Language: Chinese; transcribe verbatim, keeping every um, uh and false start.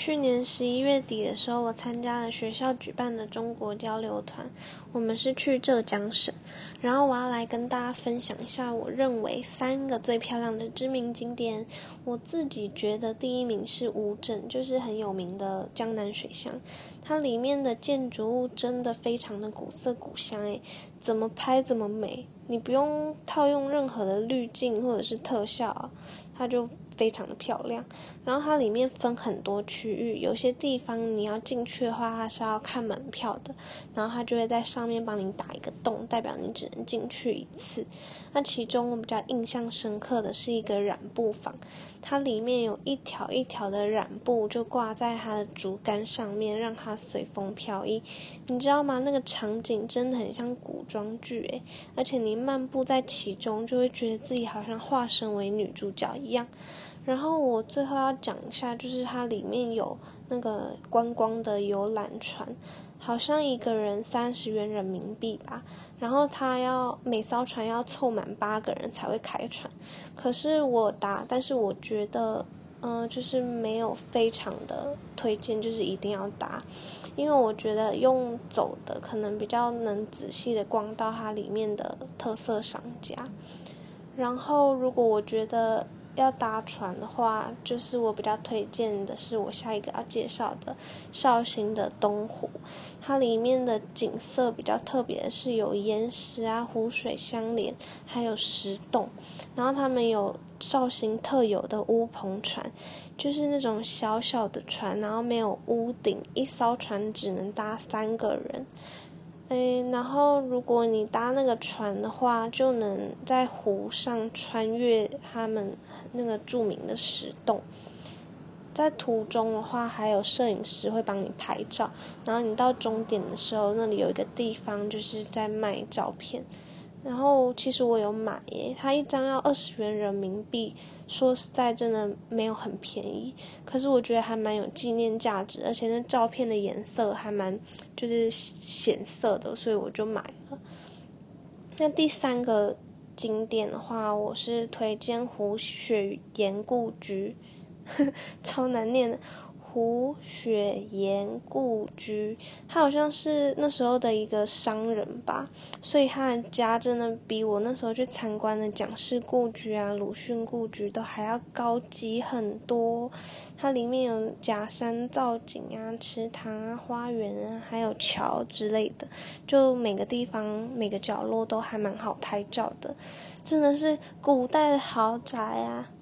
去年十一月底的时候，我参加了学校举办的中国交流团，我们是去浙江省。然后我要来跟大家分享一下我认为三个最漂亮的知名景点。我自己觉得第一名是乌镇，就是很有名的江南水乡，它里面的建筑物真的非常的古色古香诶，怎么拍怎么美，你不用套用任何的滤镜或者是特效啊，它就非常的漂亮。然后它里面分很多区域，有些地方你要进去的话，它是要看门票的，然后它就会在上面帮你打一个洞，代表你只能进去一次。那其中我比较印象深刻的是一个染布坊，它里面有一条一条的染布就挂在它的竹竿上面，让它随风飘逸。你知道吗？那个场景真的很像古装剧诶，而且你漫步在其中，就会觉得自己好像化身为女主角一样。然后我最后要讲一下，就是它里面有那个观光的游览船，好像一个人三十元人民币吧。然后它要每艘船要凑满八个人才会开船。可是我搭，但是我觉得，嗯、呃，就是没有非常的推荐，就是一定要搭，因为我觉得用走的可能比较能仔细的逛到它里面的特色商家。然后如果我觉得要搭船的话，就是我比较推荐的是我下一个要介绍的绍兴的东湖，它里面的景色比较特别的是有岩石啊、湖水相连，还有石洞。然后他们有绍兴特有的乌篷船，就是那种小小的船，然后没有屋顶，一艘船只能搭三个人。诶，然后如果你搭那个船的话，就能在湖上穿越他们那个著名的石洞。在途中的话，还有摄影师会帮你拍照，然后你到终点的时候，那里有一个地方就是在卖照片。然后其实我有买耶，它一张要二十元人民币，说实在真的没有很便宜，可是我觉得还蛮有纪念价值，而且那照片的颜色还蛮就是显色的，所以我就买了。那第三个景点的话，我是推荐胡雪岩故居，超难念的。胡雪岩故居，他好像是那时候的一个商人吧，所以他的家真的比我那时候去参观的蒋氏故居啊、鲁迅故居都还要高级很多。它里面有假山造景啊、池塘啊、花园啊，还有桥之类的，就每个地方每个角落都还蛮好拍照的，真的是古代的豪宅啊。